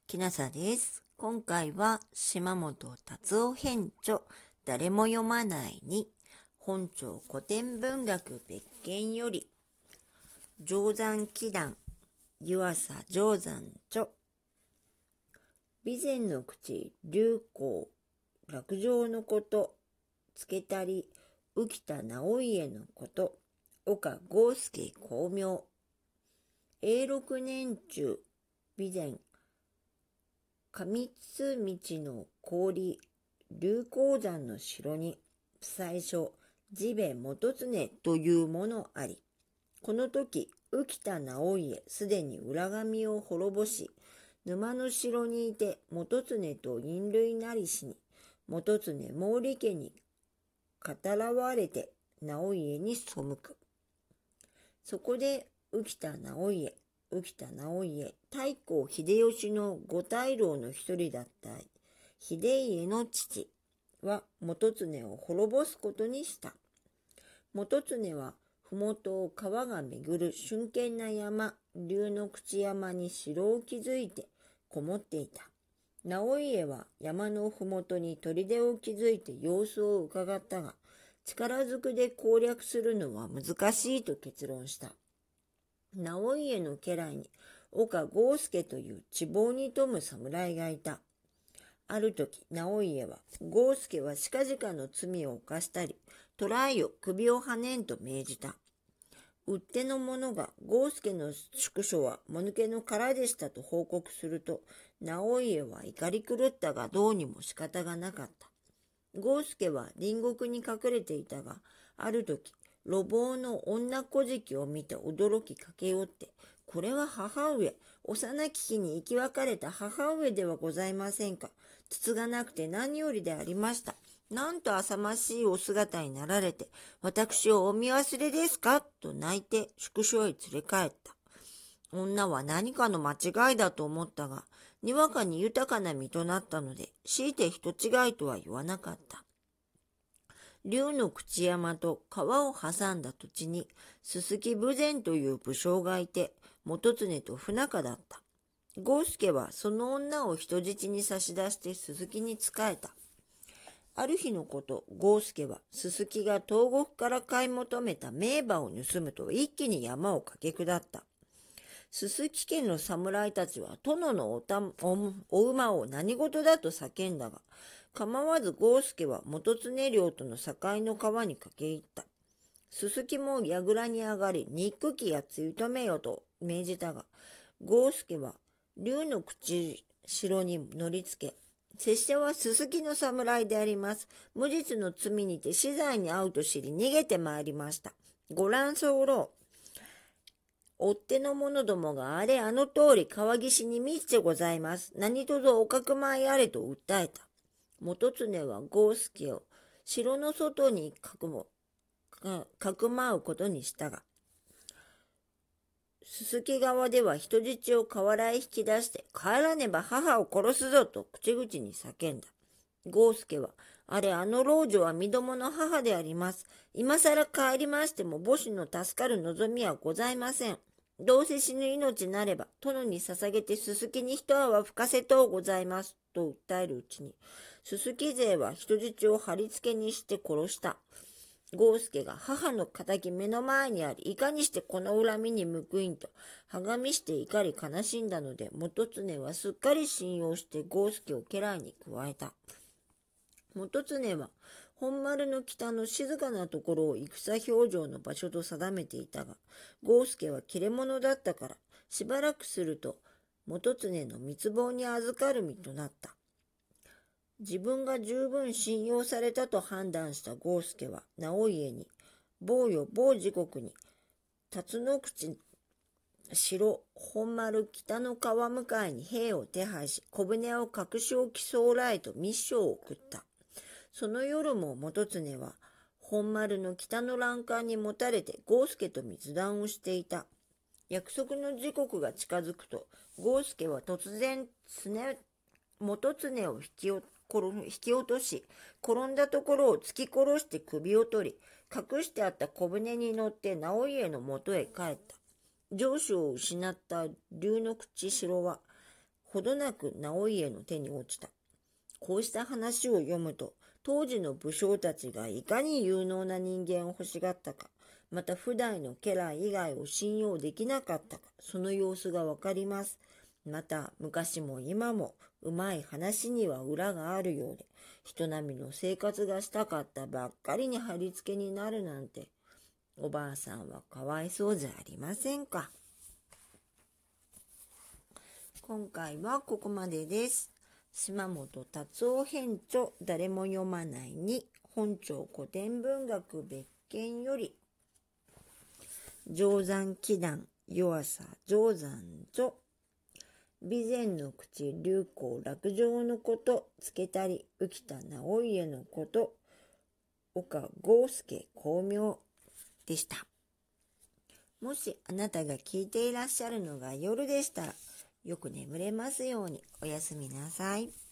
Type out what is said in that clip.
きなさです。今回は島本達夫編著誰も読まないに本朝古典文学別件より定山祈願湯浅定山著備前の口流行落城のことつけたり浮田直家のこと岡豪介光明永禄年中備前上津道の氷龍光山の城に最初治部元常というものあり、この時浮田直家すでに裏紙を滅ぼし沼の城にいて元常と因類なりしに元常毛利家に語らわれて直家に背く。そこで浮田直家太閤秀吉の五大老の一人だった秀家の父は元常を滅ぼすことにした。元常は麓を川が巡る峻険な山龍の口山に城を築いてこもっていた。直家は山の麓に砦を築いて様子を伺ったが、力ずくで攻略するのは難しいと結論した。直家の家来に岡豪介という地望に富む侍がいた。ある時直家は豪介は近々の罪を犯したり捕らえよ首をはねんと命じた。うっての者が豪介の宿所はもぬけの殻でしたと報告すると直家は怒り狂ったがどうにも仕方がなかった。豪介は隣国に隠れていたがある時路傍の女小敷を見て驚き駆け寄って、これは母上、幼き日に生き別れた母上ではございませんか。筒がなくて何よりでありました。なんと浅ましいお姿になられて、私をお見忘れですかと泣いて宿所へ連れ帰った。女は何かの間違いだと思ったが、にわかに豊かな身となったので、強いて人違いとは言わなかった。龍の口山と川を挟んだ土地に鈴木豊前という武将がいて元常と不仲だった。豪介はその女を人質に差し出して鈴木に仕えた。ある日のこと、豪介は鈴木が東国から買い求めた名馬を盗むと一気に山を駆け下った。鈴木家の侍たちは殿のお馬を何事だと叫んだが、構わず豪介は元常領との境の川に駆け入った。鈴木も櫓に上がり憎きやつ射止めよと命じたが、豪介は龍の口城に乗りつけ、拙者は鈴木の侍であります。無実の罪にて死罪に遭うと知り逃げてまいりました。ご覧候。追っ手の者どもがあの通り川岸に満ちてございます。何とぞおかくまいあれと訴えた。元常は豪介を城の外にかくまうことにしたが、鈴木側では人質を河原へ引き出して帰らねば母を殺すぞと口々に叫んだ。豪介はあの老女は身共の母であります。今更帰りましても母子の助かる望みはございません。どうせ死ぬ命なれば殿に捧げて鈴木に一泡吹かせとうございますと訴えるうちに、鈴木勢は人質を貼り付けにして殺した。豪介が母の仇目の前にあり、いかにしてこの恨みに報いんとはがみして怒り悲しんだので、元常はすっかり信用して豪介を家来に加えた。元常は本丸の北の静かなところを戦表情の場所と定めていたが、豪介は切れ者だったから、しばらくすると元常の密謀に預かる身となった。自分が十分信用されたと判断した豪介は直家に某時刻に辰野口城本丸北の川向かいに兵を手配し、小舟を隠し置きそうらえと密書を送った。その夜も元常は本丸の北の欄干にもたれて豪介と密談をしていた。約束の時刻が近づくと豪介は突然元常を引き落とし、転んだところを突き殺して首を取り、隠してあった小舟に乗って直家のもとへ帰った。城主を失った龍の口城はほどなく直家の手に落ちた。こうした話を読むと、当時の武将たちがいかに有能な人間を欲しがったか、また普代の家来以外を信用できなかったか、その様子がわかります。また昔も今もうまい話には裏があるようで、人並みの生活がしたかったばっかりに貼り付けになるなんて、おばあさんはかわいそうじゃありませんか。今回はここまでです。島本達夫編著、誰も読まないに、本朝古典文学別件より、定山祈願湯浅定山著、備前の口流行落城のこと、つけたり浮田直家のこと、岡豪介巧妙でした。もしあなたが聞いていらっしゃるのが夜でしたら、よく眠れますようにおやすみなさい。